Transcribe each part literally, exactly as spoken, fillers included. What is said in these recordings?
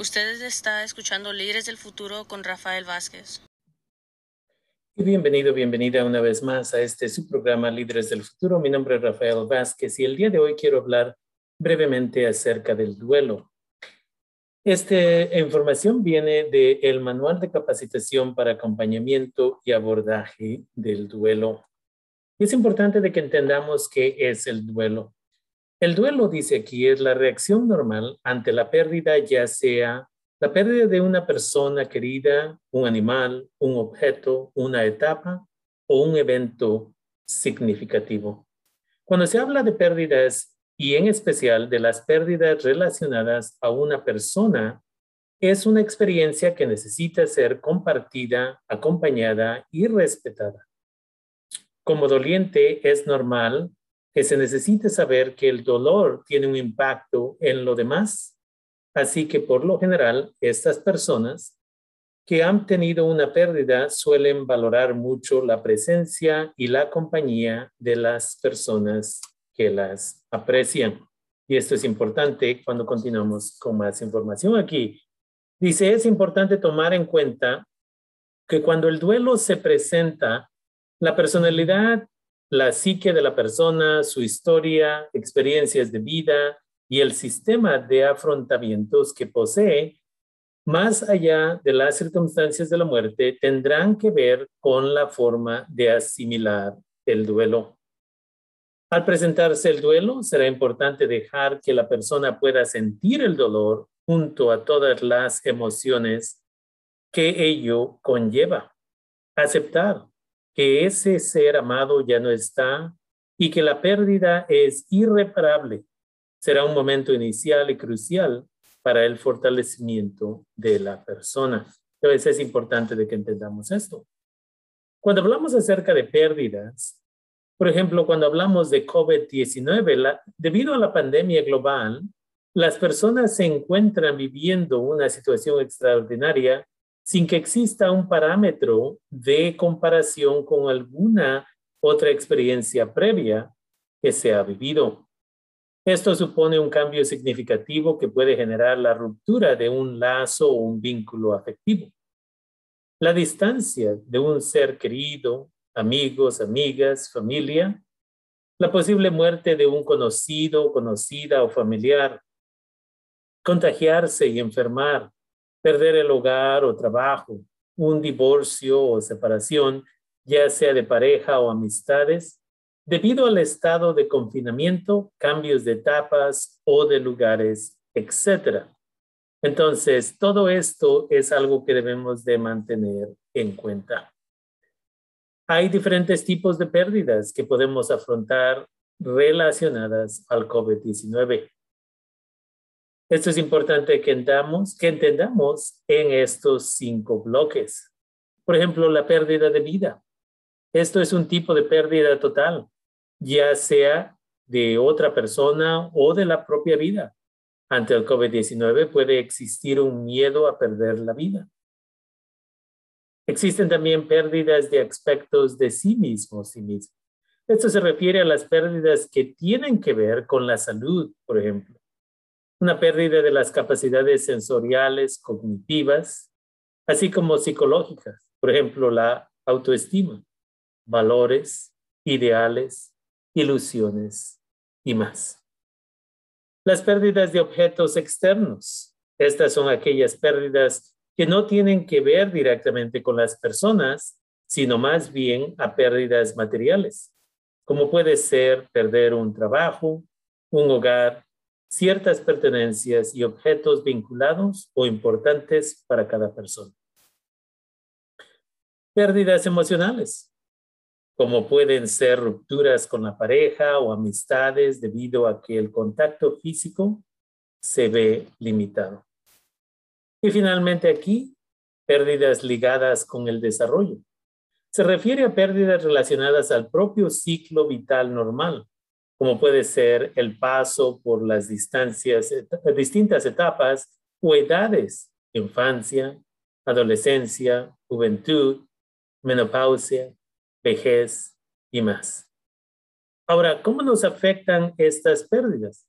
Usted está escuchando Líderes del Futuro con Rafael Vázquez. Y bienvenido, bienvenida una vez más a este su programa Líderes del Futuro. Mi nombre es Rafael Vázquez y el día de hoy quiero hablar brevemente acerca del duelo. Esta información viene del Manual de Capacitación para Acompañamiento y Abordaje del Duelo. Y es importante de que entendamos qué es el duelo. El duelo, dice aquí, es la reacción normal ante la pérdida, ya sea la pérdida de una persona querida, un animal, un objeto, una etapa o un evento significativo. Cuando se habla de pérdidas y en especial de las pérdidas relacionadas a una persona, es una experiencia que necesita ser compartida, acompañada y respetada. Como doliente es normal que se necesite saber que el dolor tiene un impacto en lo demás. Así que por lo general, estas personas que han tenido una pérdida suelen valorar mucho la presencia y la compañía de las personas que las aprecian. Y esto es importante cuando continuamos con más información aquí. Dice, es importante tomar en cuenta que cuando el duelo se presenta, la personalidad, la psique de la persona, su historia, experiencias de vida y el sistema de afrontamientos que posee, más allá de las circunstancias de la muerte, tendrán que ver con la forma de asimilar el duelo. Al presentarse el duelo, será importante dejar que la persona pueda sentir el dolor junto a todas las emociones que ello conlleva. Aceptar que ese ser amado ya no está y que la pérdida es irreparable será un momento inicial y crucial para el fortalecimiento de la persona. Entonces es importante de que entendamos esto. Cuando hablamos acerca de pérdidas, por ejemplo, cuando hablamos de COVID diecinueve, la, debido a la pandemia global, las personas se encuentran viviendo una situación extraordinaria sin que exista un parámetro de comparación con alguna otra experiencia previa que se ha vivido. Esto supone un cambio significativo que puede generar la ruptura de un lazo o un vínculo afectivo. La distancia de un ser querido, amigos, amigas, familia, la posible muerte de un conocido, conocida o familiar, contagiarse y enfermar, perder el hogar o trabajo, un divorcio o separación, ya sea de pareja o amistades, debido al estado de confinamiento, cambios de etapas o de lugares, etcétera. Entonces, todo esto es algo que debemos de mantener en cuenta. Hay diferentes tipos de pérdidas que podemos afrontar relacionadas al COVID diecinueve. Esto es importante que entendamos, que entendamos en estos cinco bloques. Por ejemplo, la pérdida de vida. Esto es un tipo de pérdida total, ya sea de otra persona o de la propia vida. Ante el COVID diecinueve puede existir un miedo a perder la vida. Existen también pérdidas de aspectos de sí mismo, sí mismo. Esto se refiere a las pérdidas que tienen que ver con la salud, por ejemplo. Una pérdida de las capacidades sensoriales, cognitivas, así como psicológicas. Por ejemplo, la autoestima, valores, ideales, ilusiones y más. Las pérdidas de objetos externos. Estas son aquellas pérdidas que no tienen que ver directamente con las personas, sino más bien a pérdidas materiales, como puede ser perder un trabajo, un hogar, ciertas pertenencias y objetos vinculados o importantes para cada persona. Pérdidas emocionales, como pueden ser rupturas con la pareja o amistades debido a que el contacto físico se ve limitado. Y finalmente aquí, pérdidas ligadas con el desarrollo. Se refiere a pérdidas relacionadas al propio ciclo vital normal, como puede ser el paso por las distancias, et- distintas etapas o edades, infancia, adolescencia, juventud, menopausia, vejez y más. Ahora, ¿cómo nos afectan estas pérdidas?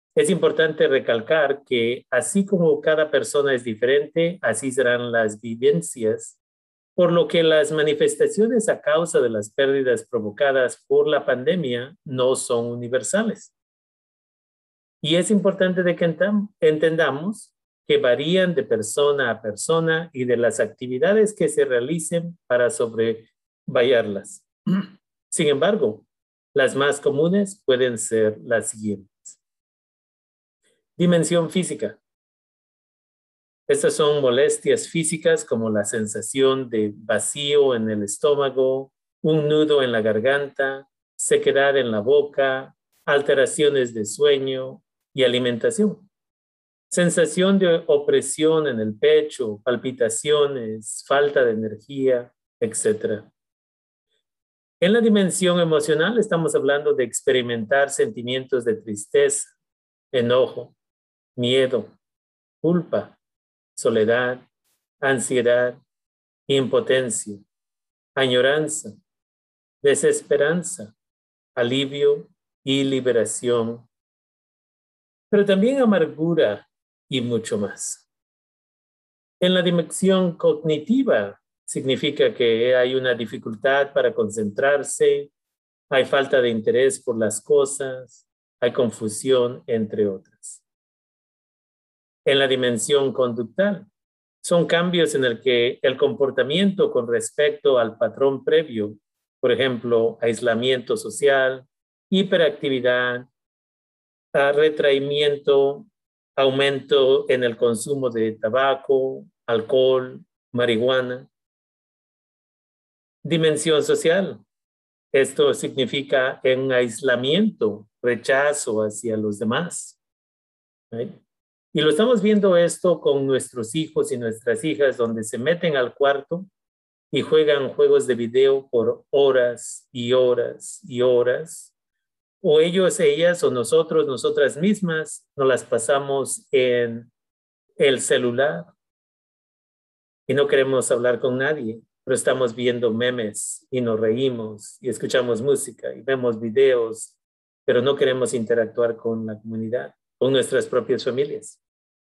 Es importante recalcar que así como cada persona es diferente, así serán las vivencias, por lo que las manifestaciones a causa de las pérdidas provocadas por la pandemia no son universales. Y es importante de que entendamos que varían de persona a persona y de las actividades que se realicen para sobrellevarlas. Sin embargo, las más comunes pueden ser las siguientes. Dimensión física. Estas son molestias físicas como la sensación de vacío en el estómago, un nudo en la garganta, sequedad en la boca, alteraciones de sueño y alimentación. Sensación de opresión en el pecho, palpitaciones, falta de energía, etcétera. En la dimensión emocional estamos hablando de experimentar sentimientos de tristeza, enojo, miedo, culpa, soledad, ansiedad, impotencia, añoranza, desesperanza, alivio y liberación, pero también amargura y mucho más. En la dimensión cognitiva significa que hay una dificultad para concentrarse, hay falta de interés por las cosas, hay confusión, entre otras. En la dimensión conductual, son cambios en el que el comportamiento con respecto al patrón previo, por ejemplo, aislamiento social, hiperactividad, retraimiento, aumento en el consumo de tabaco, alcohol, marihuana. Dimensión social. Esto significa un aislamiento, rechazo hacia los demás. ¿Right? Y lo estamos viendo esto con nuestros hijos y nuestras hijas, donde se meten al cuarto y juegan juegos de video por horas y horas y horas. O ellos, ellas, o nosotros, nosotras mismas, nos las pasamos en el celular y no queremos hablar con nadie, pero estamos viendo memes y nos reímos y escuchamos música y vemos videos, pero no queremos interactuar con la comunidad, con nuestras propias familias.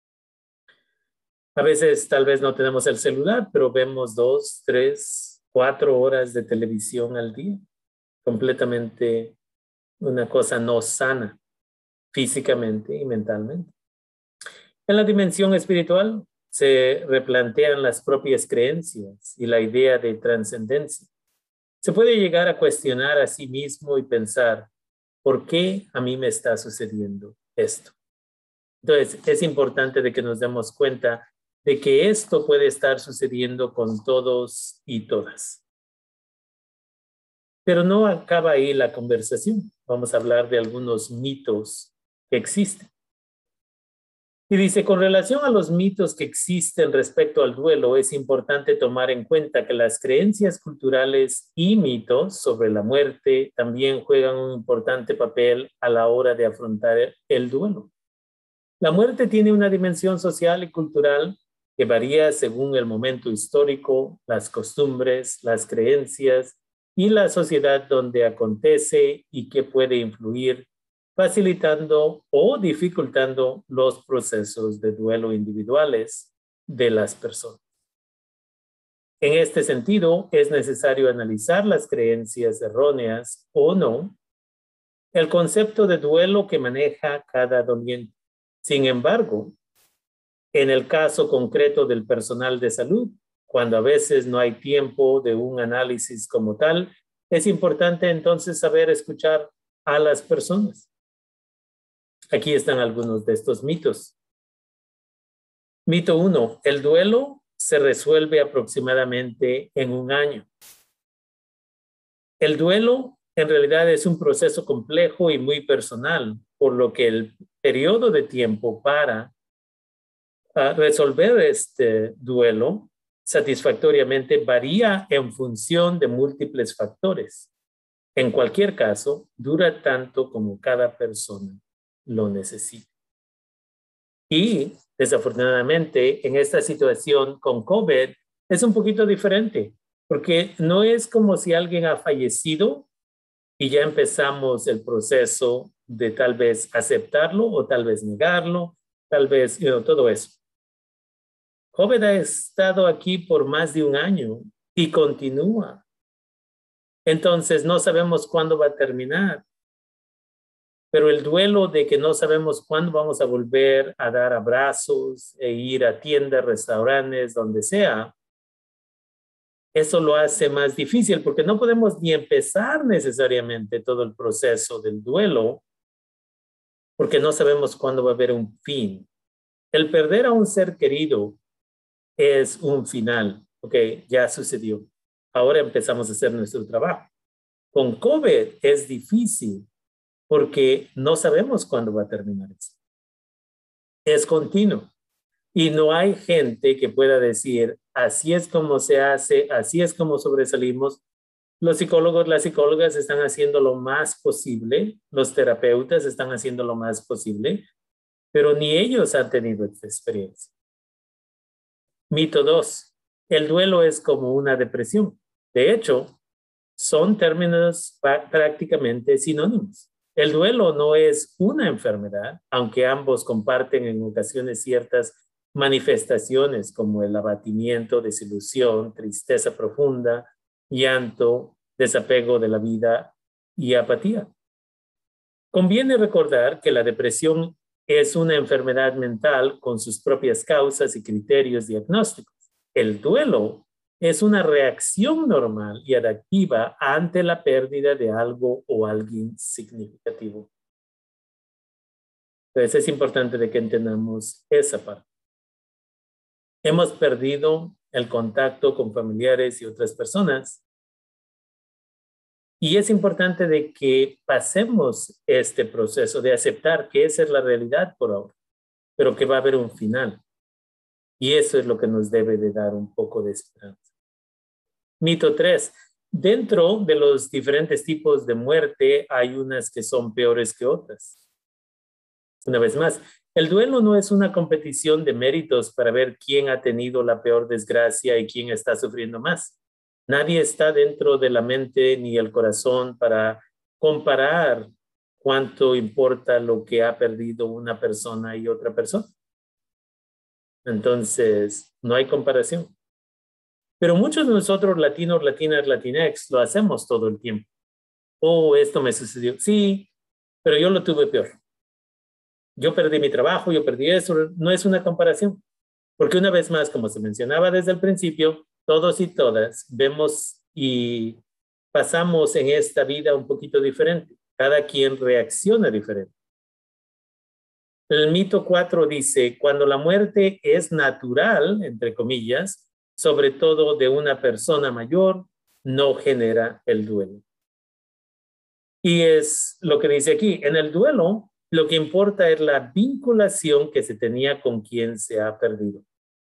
A veces tal vez no tenemos el celular, pero vemos dos, tres, cuatro horas de televisión al día, completamente una cosa no sana físicamente y mentalmente. En la dimensión espiritual se replantean las propias creencias y la idea de trascendencia. Se puede llegar a cuestionar a sí mismo y pensar, ¿por qué a mí me está sucediendo esto? Entonces, es importante de que nos demos cuenta de que esto puede estar sucediendo con todos y todas. Pero no acaba ahí la conversación. Vamos a hablar de algunos mitos que existen. Y dice, con relación a los mitos que existen respecto al duelo, es importante tomar en cuenta que las creencias culturales y mitos sobre la muerte también juegan un importante papel a la hora de afrontar el duelo. La muerte tiene una dimensión social y cultural que varía según el momento histórico, las costumbres, las creencias y la sociedad donde acontece y que puede influir, facilitando o dificultando los procesos de duelo individuales de las personas. En este sentido, es necesario analizar las creencias erróneas o no, el concepto de duelo que maneja cada doliente. Sin embargo, en el caso concreto del personal de salud, cuando a veces no hay tiempo de un análisis como tal, es importante entonces saber escuchar a las personas. Aquí están algunos de estos mitos. Mito uno, el duelo se resuelve aproximadamente en un año. El duelo en realidad es un proceso complejo y muy personal, por lo que el periodo de tiempo para uh, resolver este duelo satisfactoriamente varía en función de múltiples factores. En cualquier caso, dura tanto como cada persona lo necesita. Y desafortunadamente, en esta situación con COVID es un poquito diferente, porque no es como si alguien ha fallecido y ya empezamos el proceso de tal vez aceptarlo o tal vez negarlo, tal vez, you know, todo eso. Job ha estado aquí por más de un año y continúa. Entonces no sabemos cuándo va a terminar. Pero el duelo de que no sabemos cuándo vamos a volver a dar abrazos e ir a tiendas, restaurantes, donde sea, eso lo hace más difícil porque no podemos ni empezar necesariamente todo el proceso del duelo porque no sabemos cuándo va a haber un fin. El perder a un ser querido es un final, ok, ya sucedió. Ahora empezamos a hacer nuestro trabajo. Con COVID es difícil porque no sabemos cuándo va a terminar esto. Es continuo. Y no hay gente que pueda decir, así es como se hace, así es como sobresalimos. Los psicólogos, las psicólogas están haciendo lo más posible, los terapeutas están haciendo lo más posible, pero ni ellos han tenido esta experiencia. Mito dos, el duelo es como una depresión. De hecho, son términos prácticamente sinónimos. El duelo no es una enfermedad, aunque ambos comparten en ocasiones ciertas manifestaciones como el abatimiento, desilusión, tristeza profunda, llanto, desapego de la vida y apatía. Conviene recordar que la depresión es una enfermedad mental con sus propias causas y criterios diagnósticos. El duelo es una reacción normal y adaptativa ante la pérdida de algo o alguien significativo. Entonces es importante de que entendamos esa parte. Hemos perdido el contacto con familiares y otras personas. Y es importante de que pasemos este proceso de aceptar que esa es la realidad por ahora, pero que va a haber un final. Y eso es lo que nos debe de dar un poco de esperanza. Mito tres. Dentro de los diferentes tipos de muerte hay unas que son peores que otras. Una vez más, el duelo no es una competición de méritos para ver quién ha tenido la peor desgracia y quién está sufriendo más. Nadie está dentro de la mente ni el corazón para comparar cuánto importa lo que ha perdido una persona y otra persona. Entonces, no hay comparación. Pero muchos de nosotros, latinos, latinas, latinex, lo hacemos todo el tiempo. Oh, esto me sucedió. Sí, pero yo lo tuve peor. Yo perdí mi trabajo, yo perdí eso. No es una comparación. Porque una vez más, como se mencionaba desde el principio, todos y todas vemos y pasamos en esta vida un poquito diferente. Cada quien reacciona diferente. El mito cuatro dice, cuando la muerte es natural, entre comillas, sobre todo de una persona mayor, no genera el duelo. Y es lo que dice aquí, en el duelo, lo que importa es la vinculación que se tenía con quien se ha perdido.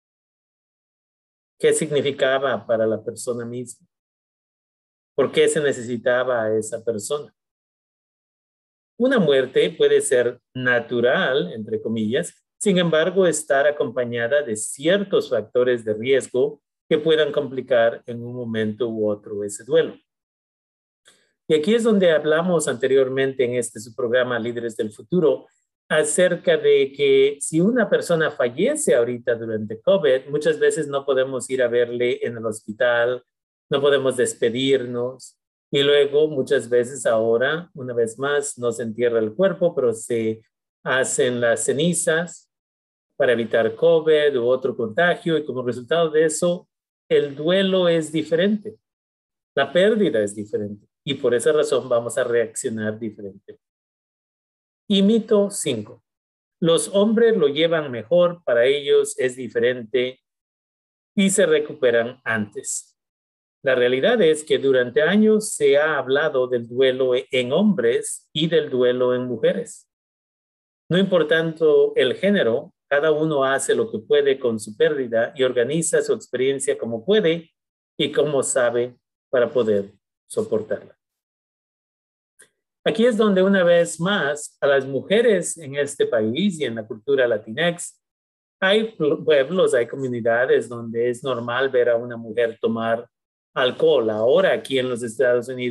¿Qué significaba para la persona misma? ¿Por qué se necesitaba a esa persona? Una muerte puede ser natural, entre comillas, sin embargo, estar acompañada de ciertos factores de riesgo que puedan complicar en un momento u otro ese duelo. Y aquí es donde hablamos anteriormente en este su programa Líderes del Futuro acerca de que si una persona fallece ahorita durante COVID, muchas veces no podemos ir a verle en el hospital, no podemos despedirnos. Y luego, muchas veces ahora, una vez más, no se entierra el cuerpo, pero se hacen las cenizas para evitar COVID u otro contagio. Y como resultado de eso, el duelo es diferente. La pérdida es diferente. Y por esa razón vamos a reaccionar diferente. Y mito cinco. Los hombres lo llevan mejor, para ellos es diferente y se recuperan antes. La realidad es que durante años se ha hablado del duelo en hombres y del duelo en mujeres. No importando el género, cada uno hace lo que puede con su pérdida y organiza su experiencia como puede y como sabe para poder soportarla. Aquí es donde una vez más a las mujeres en este país y en la cultura latinex, hay pueblos, hay comunidades donde es normal ver a una mujer tomar alcohol. Ahora aquí en los Estados Unidos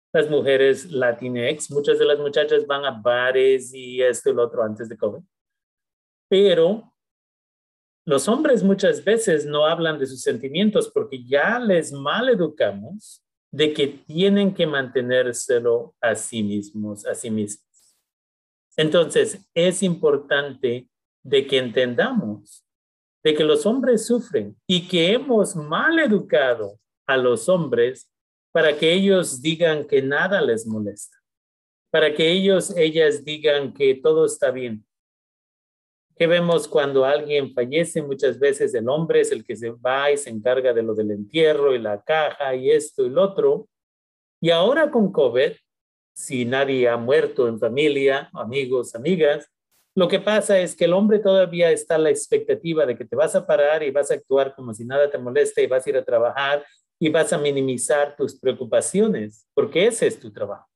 las mujeres Latinx, muchas de las muchachas van a bares y esto y lo otro antes de COVID. Pero los hombres muchas veces no hablan de sus sentimientos porque ya les maleducamos de que tienen que mantenérselo a sí mismos, a sí mismos. Entonces, es importante de que entendamos de que los hombres sufren y que hemos maleducado a los hombres para que ellos digan que nada les molesta, para que ellos, ellas digan que todo está bien. ¿Qué vemos cuando alguien fallece? Muchas veces el hombre es el que se va y se encarga de lo del entierro y la caja y esto y lo otro. Y ahora con COVID, si nadie ha muerto en familia, amigos, amigas, lo que pasa es que el hombre todavía está a la expectativa de que te vas a parar y vas a actuar como si nada te moleste y vas a ir a trabajar y vas a minimizar tus preocupaciones, porque ese es tu trabajo.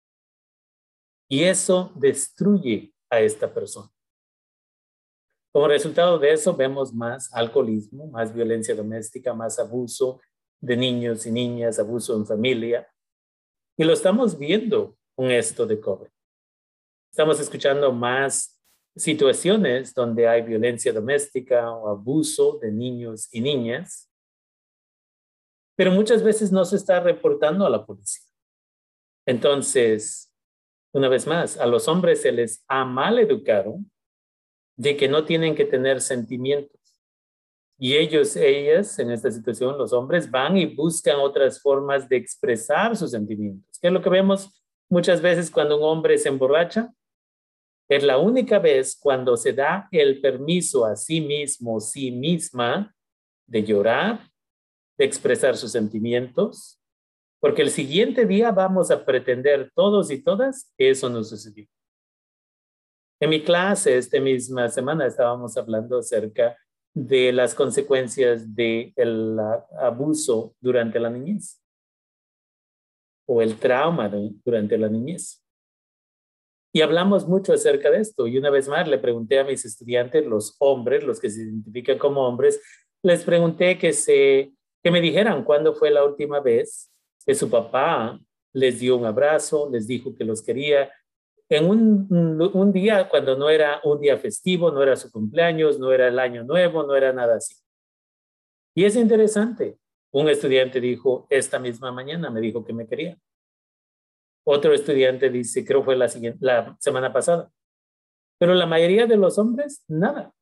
Y eso destruye a esta persona. Como resultado de eso, vemos más alcoholismo, más violencia doméstica, más abuso de niños y niñas, abuso en familia. Y lo estamos viendo con esto de COVID. Estamos escuchando más situaciones donde hay violencia doméstica o abuso de niños y niñas, pero muchas veces no se está reportando a la policía. Entonces, una vez más, a los hombres se les ha mal educado de que no tienen que tener sentimientos. Y ellos, ellas, en esta situación, los hombres, van y buscan otras formas de expresar sus sentimientos. ¿Qué es lo que vemos muchas veces cuando un hombre se emborracha? Es la única vez cuando se da el permiso a sí mismo, sí misma, de llorar, de expresar sus sentimientos, porque el siguiente día vamos a pretender todos y todas que eso no sucedió. En mi clase, esta misma semana, estábamos hablando acerca de las consecuencias del abuso durante la niñez o el trauma de, durante la niñez. Y hablamos mucho acerca de esto. Y una vez más le pregunté a mis estudiantes, los hombres, los que se identifican como hombres, les pregunté que, se, que me dijeran cuándo fue la última vez que su papá les dio un abrazo, les dijo que los quería, en un, un día cuando no era un día festivo, no era su cumpleaños, no era el año nuevo, no era nada así. Y es interesante. Un estudiante dijo, esta misma mañana me dijo que me quería. Otro estudiante dice, creo fue la, siguiente, la semana pasada. Pero la mayoría de los hombres, nada.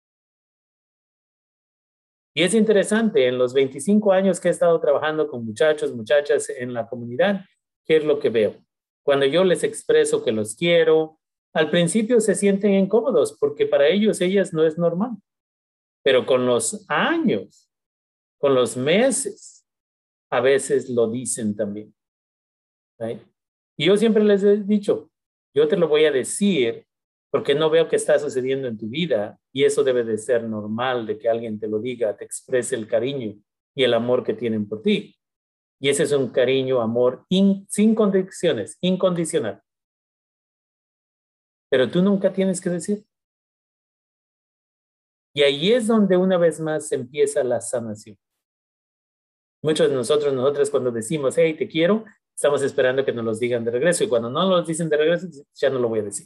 Y es interesante, en los veinticinco años que he estado trabajando con muchachos, muchachas en la comunidad, ¿qué es lo que veo? Cuando yo les expreso que los quiero, al principio se sienten incómodos porque para ellos, ellas no es normal. Pero con los años, con los meses, a veces lo dicen también. ¿Right? Y yo siempre les he dicho, yo te lo voy a decir porque no veo qué está sucediendo en tu vida y eso debe de ser normal de que alguien te lo diga, te exprese el cariño y el amor que tienen por ti. Y ese es un cariño, amor in, sin condiciones, incondicional. Pero tú nunca tienes que decir. Y ahí es donde una vez más empieza la sanación. Muchos de nosotros, nosotros cuando decimos, hey, te quiero, estamos esperando que nos los digan de regreso. Y cuando no nos dicen de regreso, ya no lo voy a decir.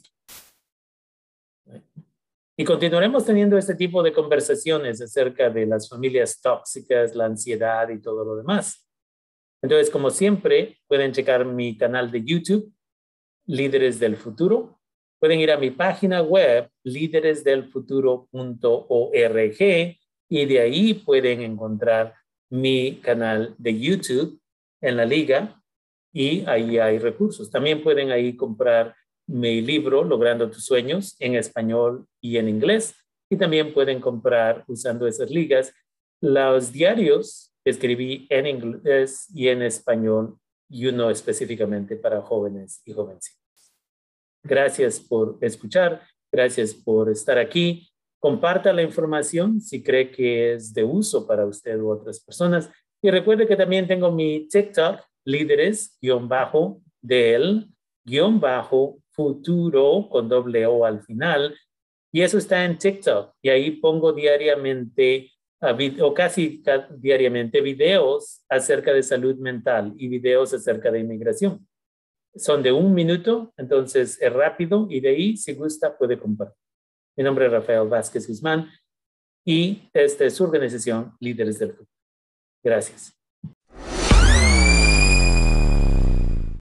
Y continuaremos teniendo este tipo de conversaciones acerca de las familias tóxicas, la ansiedad y todo lo demás. Entonces, como siempre, pueden checar mi canal de YouTube, Líderes del Futuro. Pueden ir a mi página web, líderes del futuro punto org, y de ahí pueden encontrar mi canal de YouTube en la liga, y ahí hay recursos. También pueden ahí comprar mi libro, Logrando tus Sueños, en español y en inglés. Y también pueden comprar, usando esas ligas, los diarios que escribí en inglés y en español, y uno específicamente para jóvenes y jovencitas. Gracias por escuchar, gracias por estar aquí. Comparta la información si cree que es de uso para usted u otras personas. Y recuerde que también tengo mi TikTok, líderes, guión bajo, del, guión bajo, futuro, con doble O al final. Y eso está en TikTok. Y ahí pongo diariamente, o casi diariamente, videos acerca de salud mental y videos acerca de inmigración. Son de un minuto, entonces es rápido y de ahí, si gusta, puede compartir. Mi nombre es Rafael Vázquez Guzmán y esta es su organización Líderes del Futuro. Gracias.